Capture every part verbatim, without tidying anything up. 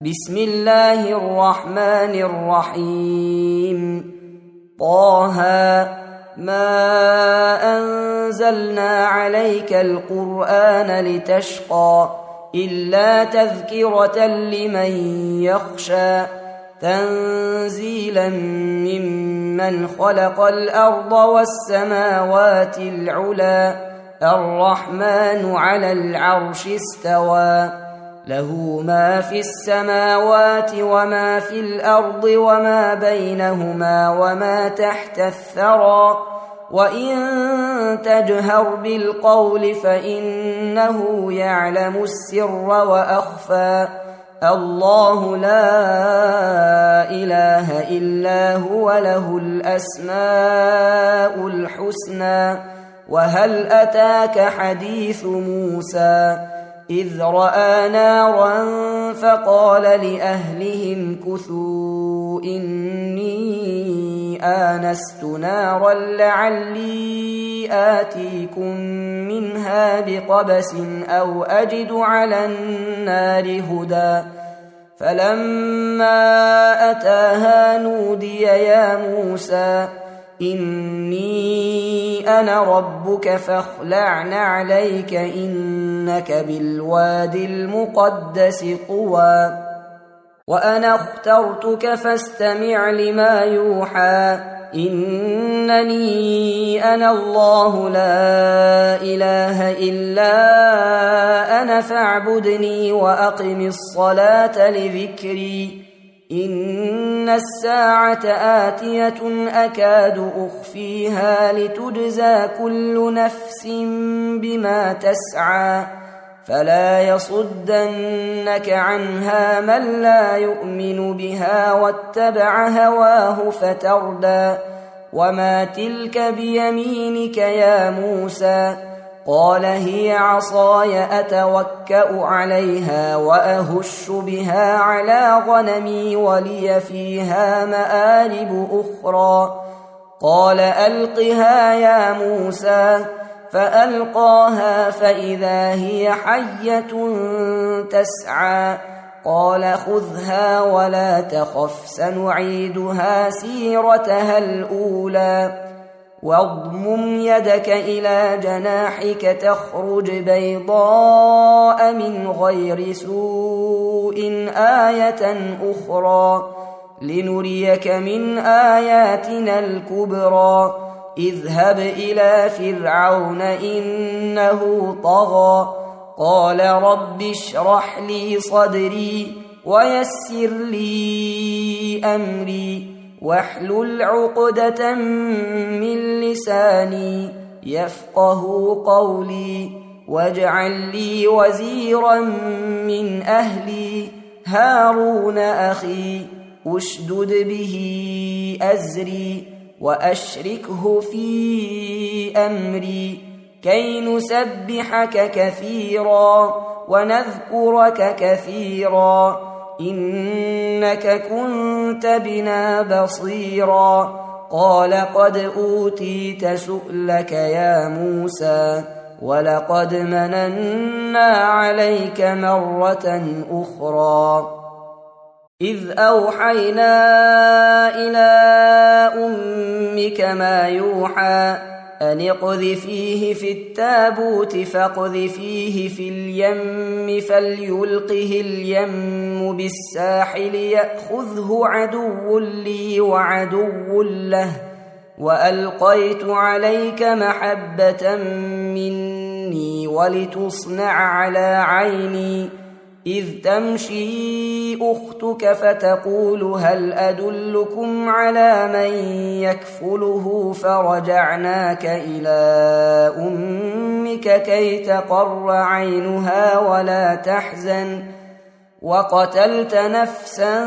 بسم الله الرحمن الرحيم. طه ما أنزلنا عليك القرآن لتشقى إلا تذكرة لمن يخشى تنزيلا ممن خلق الأرض والسماوات العلى الرحمن على العرش استوى له ما في السماوات وما في الأرض وما بينهما وما تحت الثرى وإن تجهر بالقول فإنه يعلم السر وأخفى الله لا إله إلا هو له الأسماء الحسنى. وهل أتاك حديث موسى إذ رأى نارا فقال لأهلهم كثوا إني آنست نارا لعلي آتيكم منها بقبس أو أجد على النار هدى فلما أتاها نودي يا موسى إني أنا ربك فاخلع نعليك إنك بالوادي المقدس طوى وأنا اخترتك فاستمع لما يوحى إنني أنا الله لا إله إلا أنا فاعبدني وأقم الصلاة لذكري إن الساعة آتية أكاد أخفيها لتجزى كل نفس بما تسعى فلا يصدنك عنها من لا يؤمن بها واتبع هواه فتردى وما تلك بيمينك يا موسى قال هي عصاي أتوكأ عليها وأهش بها على غنمي ولي فيها مآرب أخرى قال ألقها يا موسى فألقاها فإذا هي حية تسعى قال خذها ولا تخف سنعيدها سيرتها الأولى واضمم يدك إلى جناحك تخرج بيضاء من غير سوء آية أخرى لنريك من آياتنا الكبرى اذهب إلى فرعون إنه طغى قال رب اشرح لي صدري ويسر لي أمري واحلل عقدة من لساني يفقه قولي واجعل لي وزيرا من أهلي هارون أخي اشدد به أزري وأشركه في أمري كي نسبحك كثيرا ونذكرك كثيرا إنك كنت بنا بصيرا قال قد أوتيت سؤلك يا موسى ولقد مننا عليك مرة أخرى إذ أوحينا إلى أمك ما يوحى أن اقذفيه في التابوت فاقذفيه في اليم فليلقه اليم بالساحل يأخذه عدو لي وعدو له وألقيت عليك محبة مني ولتصنع على عيني إذ تمشي أختك فتقول هل أدلكم على من يكفله فرجعناك إلى أمك كي تقر عينها ولا تحزن وقتلت نفسا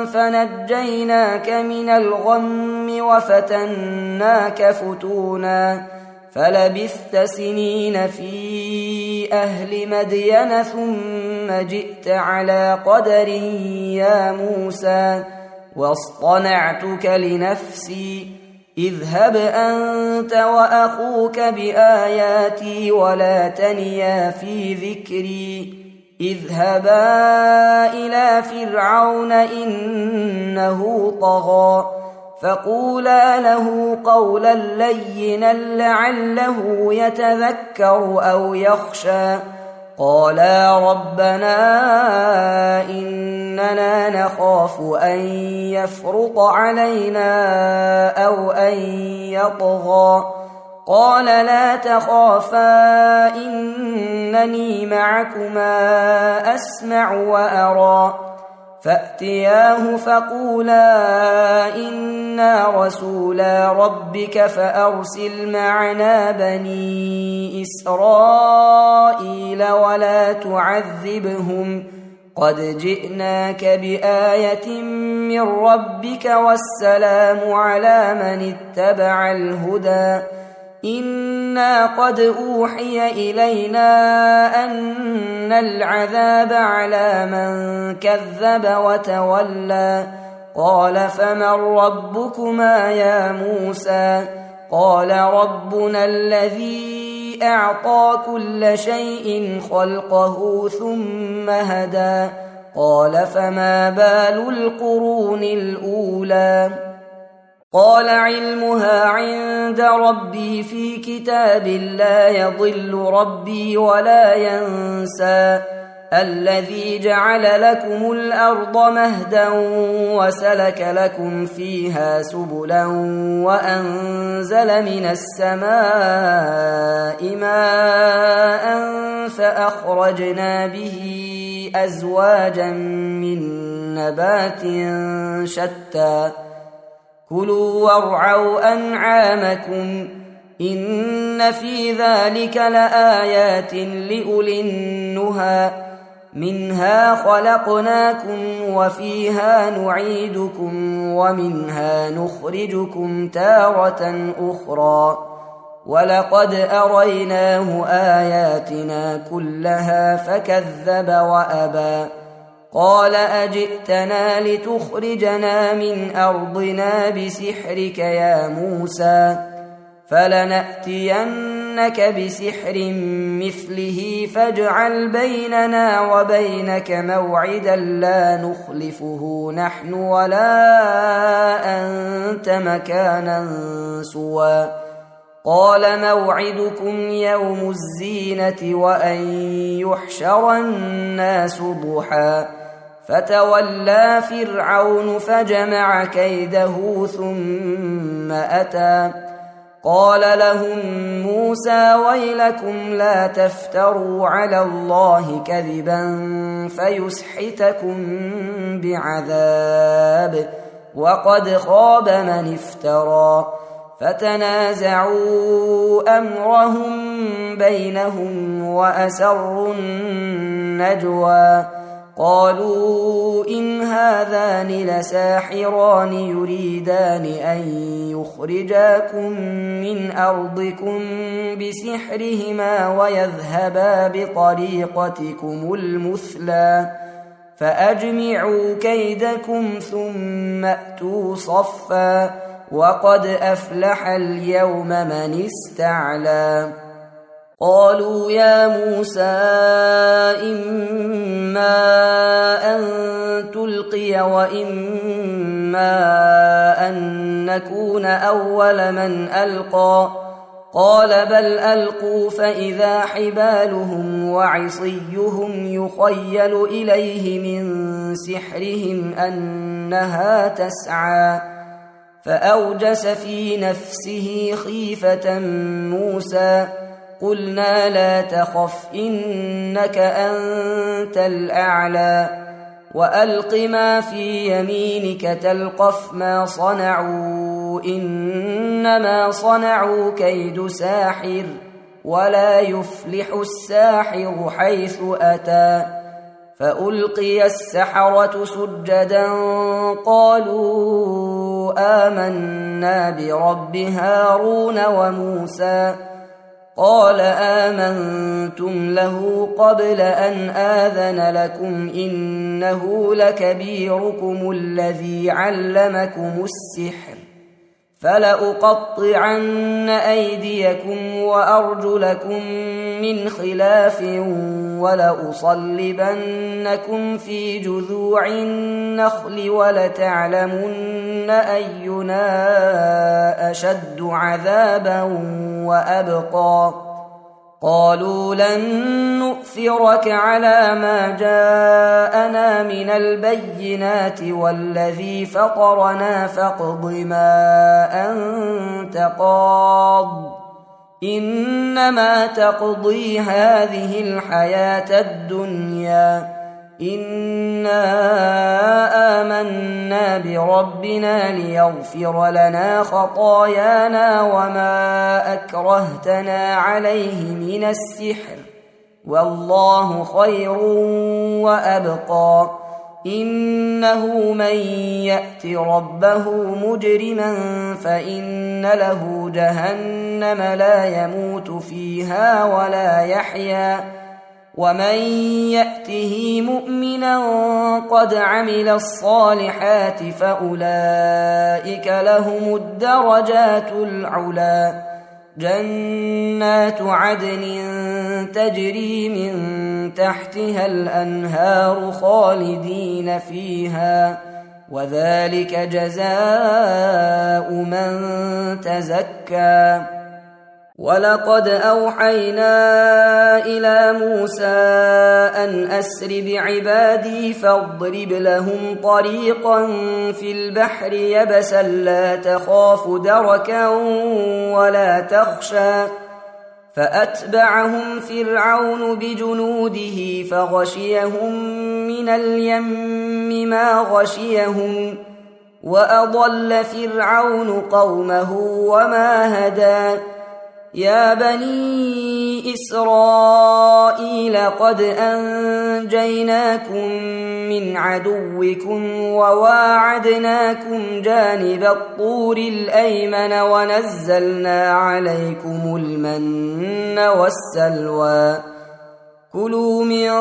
فنجيناك من الغم وفتناك فتونا فلبثت سنين في أهل مدين ثم جئت على قدر يا موسى واصطنعتك لنفسي اذهب أنت وأخوك بآياتي ولا تنيا في ذكري اذهبا إلى فرعون إنه طغى فقولا له قولا لينا لعله يتذكر أو يخشى قالا ربنا إننا نخاف أن يفرط علينا أو أن يطغى قال لا تخافا إنني معكما أسمع وأرى فأتياه فقولا إنا رسولا ربك فأرسل معنا بني إسرائيل ولا تعذبهم قد جئناك بآية من ربك والسلام على من اتبع الهدى إنا قد أوحي إلينا أن العذاب على من كذب وتولى قال فمن ربكما يا موسى قال ربنا الذي أعطى كل شيء خلقه ثم هدى قال فما بال القرون الأولى قال علمها عند ربي في كتاب لا يضل ربي ولا ينسى الذي جعل لكم الأرض مهدا وسلك لكم فيها سبلا وأنزل من السماء ماء فأخرجنا به أزواجا من نبات شتى كلوا وارعوا أنعامكم إن في ذلك لآيات لأولي النهى منها خلقناكم وفيها نعيدكم ومنها نخرجكم تارة أخرى ولقد أريناه آياتنا كلها فكذب وأبى قال أجئتنا لتخرجنا من أرضنا بسحرك يا موسى فلنأتينك بسحر مثله فاجعل بيننا وبينك موعدا لا نخلفه نحن ولا أنت مكانا سوى قال موعدكم يوم الزينة وأن يحشر الناس ضحى فتولى فرعون فجمع كيده ثم أتى قال لهم موسى ويلكم لا تفتروا على الله كذبا فيسحتكم بعذاب وقد خاب من افترى فتنازعوا أمرهم بينهم وأسروا النجوى قالوا إن هذان لساحران يريدان أن يخرجاكم من أرضكم بسحرهما ويذهبا بطريقتكم المثلى فأجمعوا كيدكم ثم أتوا صفا وقد أفلح اليوم من استعلى قالوا يا موسى إما أن تلقي وإما أن نكون أول من ألقى قال بل ألقوا فإذا حبالهم وعصيهم يخيل إليه من سحرهم أنها تسعى فأوجس في نفسه خيفة موسى قلنا لا تخف إنك أنت الأعلى وألق ما في يمينك تلقف ما صنعوا إنما صنعوا كيد ساحر ولا يفلح الساحر حيث أتى فألقي السحرة سجدا قالوا آمنا برب هارون وموسى قال آمنتم له قبل أن آذن لكم إنه لكبيركم الذي علمكم السحر فلأقطعن أيديكم وأرجلكم من خلاف ولأصلبنكم في جذوع النخل ولتعلمن أينا أشد عذابا وأبقى قالوا لن نؤثرك على ما جاءنا من البينات والذي فطرنا فاقض ما أنت قاض إنما تقضي هذه الحياة الدنيا إنا آمنا بربنا ليغفر لنا خطايانا وما أكرهتنا عليه من السحر والله خير وأبقى إنه من يأت ربه مجرما فإن له جهنم لا يموت فيها ولا يحيا ومن يأته مؤمنا قد عمل الصالحات فأولئك لهم الدرجات العلا جنات عدن تجري من تحتها الأنهار خالدين فيها وذلك جزاء من تزكى ولقد أوحينا إلى موسى أن أسر بعبادي فاضرب لهم طريقا في البحر يبسا لا تخاف دركا ولا تخشى فأتبعهم فرعون بجنوده فغشيهم من اليم ما غشيهم وأضل فرعون قومه وما هدى يا بني إسرائيل قد أنجيناكم من عدوكم وواعدناكم جانب الطور الأيمن ونزلنا عليكم المن والسلوى كلوا من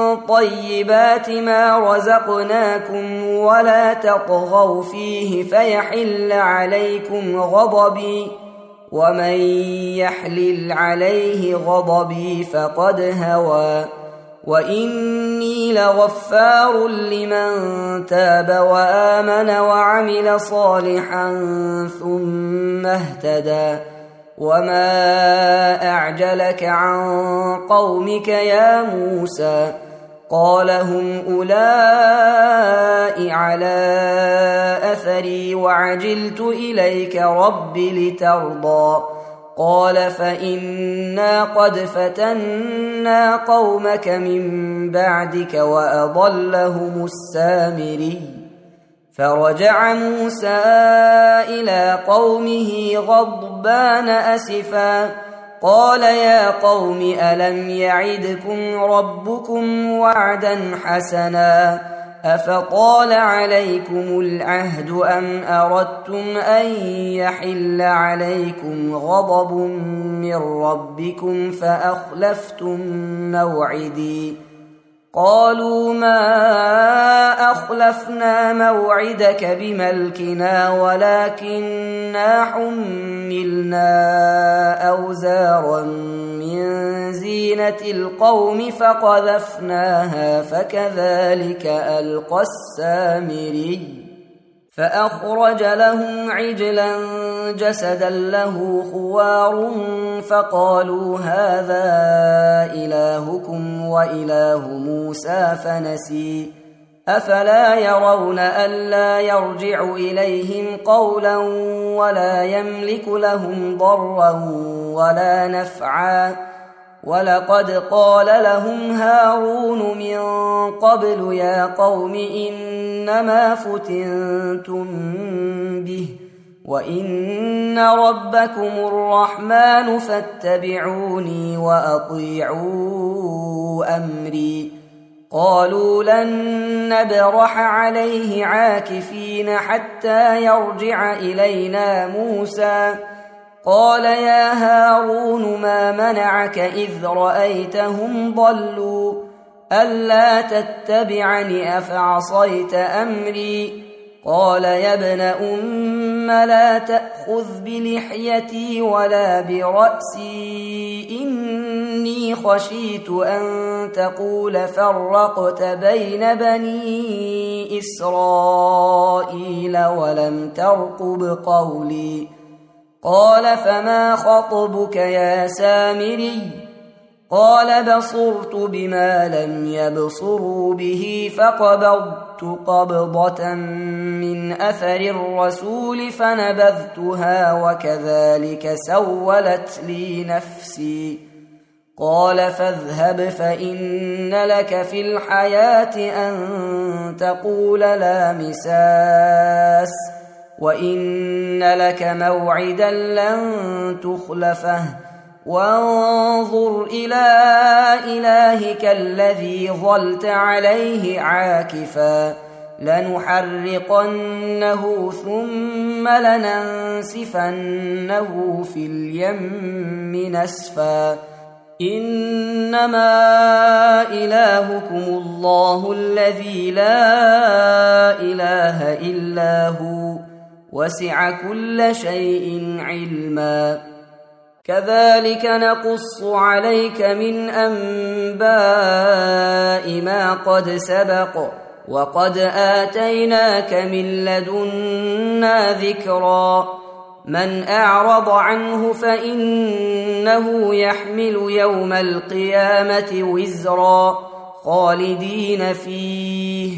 طيبات ما رزقناكم ولا تطغوا فيه فيحل عليكم غضبي ومن يحلل عليه غضبي فقد هوى وإني لغفار لمن تاب وآمن وعمل صالحا ثم اهتدى وما أعجلك عن قومك يا موسى قال هم أولئك على أثري وعجلت إليك رب لترضى قال فإنا قد فتنا قومك من بعدك وأضلهم السامري فرجع موسى إلى قومه غضبان أسفا قال يا قوم ألم يعدكم ربكم وعدا حسنا أفطال عليكم العهد أم أردتم أن يحل عليكم غضب من ربكم فأخلفتم موعدي قالوا ما أخلفنا موعدك بملكنا ولكننا حملنا أوزارا من زينة القوم فقذفناها فكذلك ألقى السامري فأخرج لهم عجلا جسدا له خوار فقالوا هذا إلهكم وإله موسى فنسي أفلا يرون ألا يرجع إليهم قولا ولا يملك لهم ضرا ولا نفعا ولقد قال لهم هارون من قبل يا قوم إنما فتنتم به وإن ربكم الرحمن فاتبعوني وأطيعوا أمري قالوا لن نبرح عليه عاكفين حتى يرجع إلينا موسى قال يا هارون ما منعك إذ رأيتهم ضلوا ألا تتبعني أفعصيت أمري قال يا ابن أم لا تأخذ بلحيتي ولا برأسي إني خشيت أن تقول فرقت بين بني إسرائيل ولم ترقب قولي قال فما خطبك يا سامري قال بصرت بما لم يبصروا به فقبضت قبضة من أثر الرسول فنبذتها وكذلك سولت لي نفسي قال فاذهب فإن لك في الحياة أن تقول لا مساس وإن لك موعدا لن تخلفه وانظر إلى إلهك الذي ظلت عليه عاكفا لنحرقنه ثم لننسفنه في اليم نسفا إنما إلهكم الله الذي لا إله إلا هو وسع كل شيء علما كذلك نقص عليك من أنباء ما قد سبق وقد آتيناك من لدنا ذكرا من أعرض عنه فإنه يحمل يوم القيامة وزرا خالدين فيه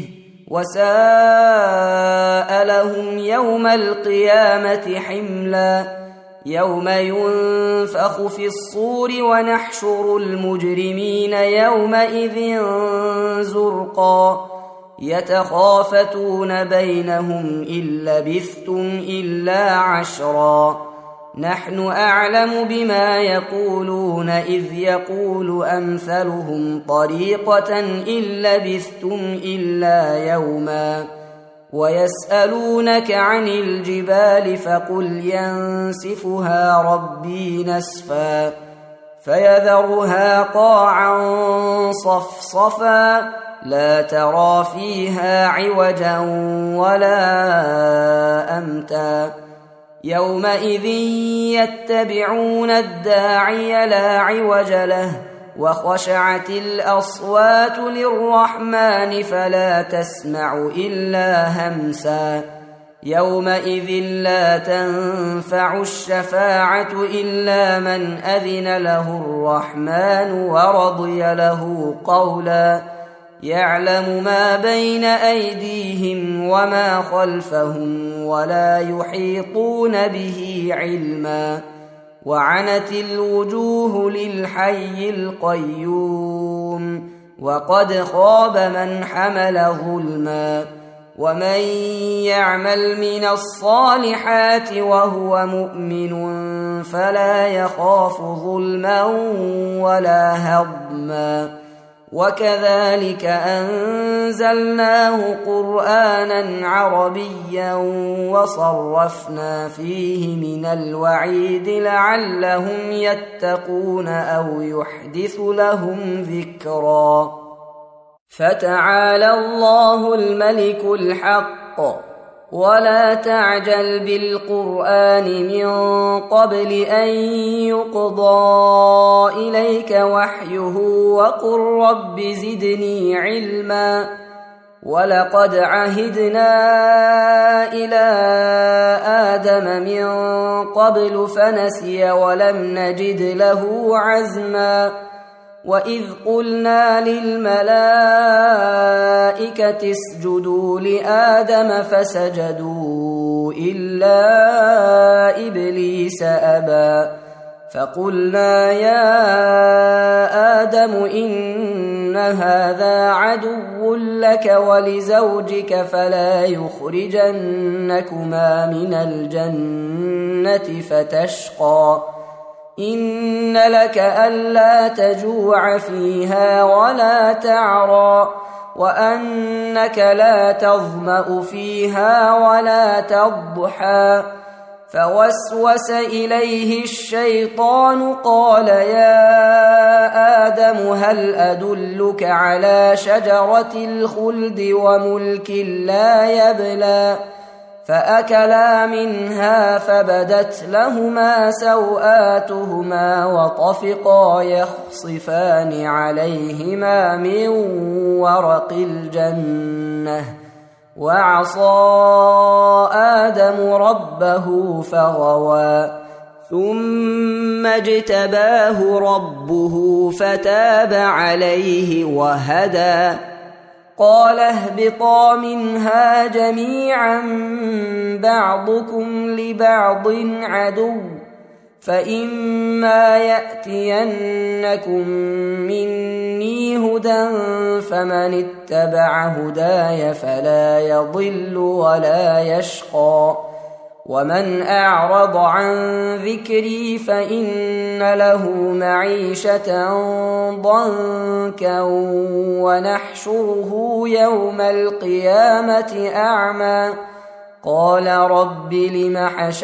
وساء لهم يوم القيامة حملا يوم ينفخ في الصور ونحشر المجرمين يومئذ زرقا يتخافتون بينهم إن لبثتم إلا عشرا نحن أعلم بما يقولون إذ يقول أمثلهم طريقة إن لبثتم إلا يوما ويسألونك عن الجبال فقل ينسفها ربي نسفا فيذرها قاعا صفصفا لا ترى فيها عوجا ولا أمتا يومئذ يتبعون الداعي لا عوج له وخشعت الأصوات للرحمن فلا تسمع إلا همسا يومئذ لا تنفع الشفاعة إلا من أذن له الرحمن ورضي له قولا يعلم ما بين أيديهم وما خلفهم ولا يحيطون به علما وعنت الوجوه للحي القيوم وقد خاب من حمل ظلما ومن يعمل من الصالحات وهو مؤمن فلا يخاف ظلما ولا هضما وكذلك أنزلناه قرآنا عربيا وصرفنا فيه من الوعيد لعلهم يتقون أو يحدث لهم ذكرا فتعالى الله الملك الحق ولا تعجل بالقرآن من قبل أن يقضى إليك وحيه وقل رب زدني علما ولقد عهدنا إلى آدم من قبل فنسي ولم نجد له عزما وإذ قلنا للملائكة اسجدوا لآدم فسجدوا إلا إبليس أبى فقلنا يا آدم إن هذا عدو لك ولزوجك فلا يخرجنكما من الجنة فتشقى إن لك ألا تجوع فيها ولا تعرى وأنك لا تظمأ فيها ولا تضحى فوسوس إليه الشيطان قال يا آدم هل أدلك على شجرة الخلد وملك لا يبلى فأكلا منها فبدت لهما سوآتهما وطفقا يخصفان عليهما من ورق الجنة وعصى آدم ربه فغوى ثم اجتباه ربه فتاب عليه وهدى قال اهبطا منها جميعا بعضكم لبعض عدو فإما يأتينكم مني هدى فمن اتبع هداي فلا يضل ولا يشقى ومن أعرض عن ذكري فإن له معيشة ضنكا ونحشره يوم القيامة أعمى قال رب لم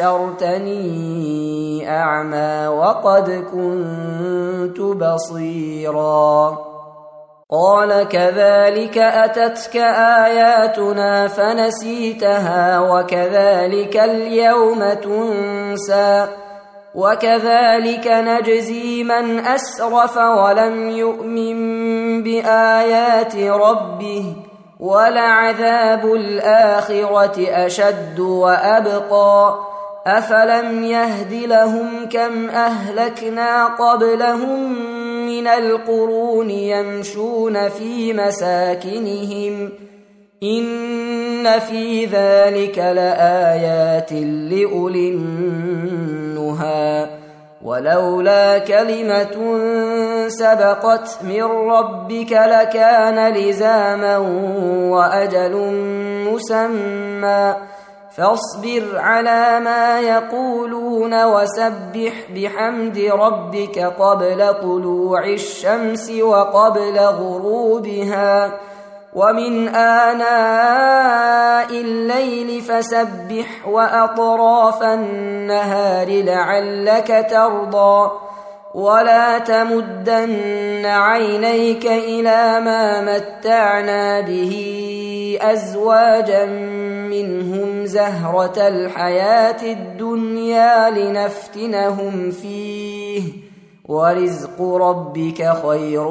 حشرتني أعمى وقد كنت بصيرا قال كذلك أتتك آياتنا فنسيتها وكذلك اليوم تنسى وكذلك نجزي من أسرف ولم يؤمن بآيات ربه ولعذاب الآخرة أشد وأبقى أفلم يهد لهم كم أهلكنا قبلهم من القرون يمشون في مساكنهم إن في ذلك لآيات لأولي النهى ولولا كلمة سبقت من ربك لكان لزاما وأجل مسمى فاصبر على ما يقولون وسبح بحمد ربك قبل طلوع الشمس وقبل غروبها ومن آناء الليل فسبح وأطراف النهار لعلك ترضى ولا تمدن عينيك إلى ما متعنا به أزواجا منهم زهرة الحياة الدنيا لنفتنهم فيه ورزق ربك خير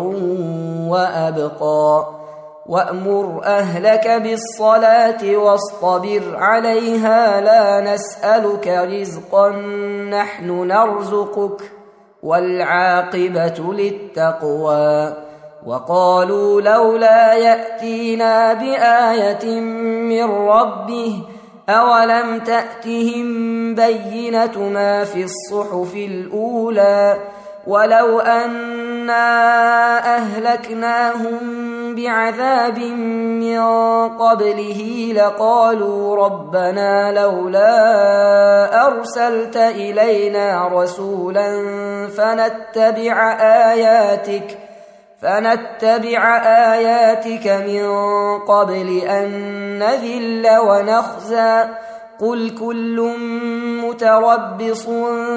وأبقى وأمر أهلك بالصلاة واصطبر عليها لا نسألك رزقا نحن نرزقك والعاقبة للتقوى وقالوا لولا يأتينا بآية من ربه أولم تأتهم بينة ما في الصحف الأولى ولو أنا أهلكناهم بعذاب من قبله لقالوا ربنا لولا أرسلت إلينا رسولا فنتبع آياتك فنتبع آياتك من قبل أن نذل ونخزى قل كل متربص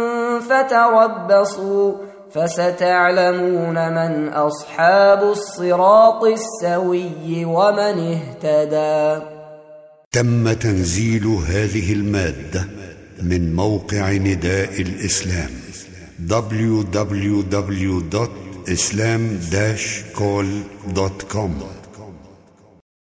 فتربصوا فستعلمون من أصحاب الصراط السوي ومن اهتدى. تم تنزيل هذه المادة من موقع نداء الإسلام دبليو دبليو دبليو دوت إسلام داش كول دوت كوم.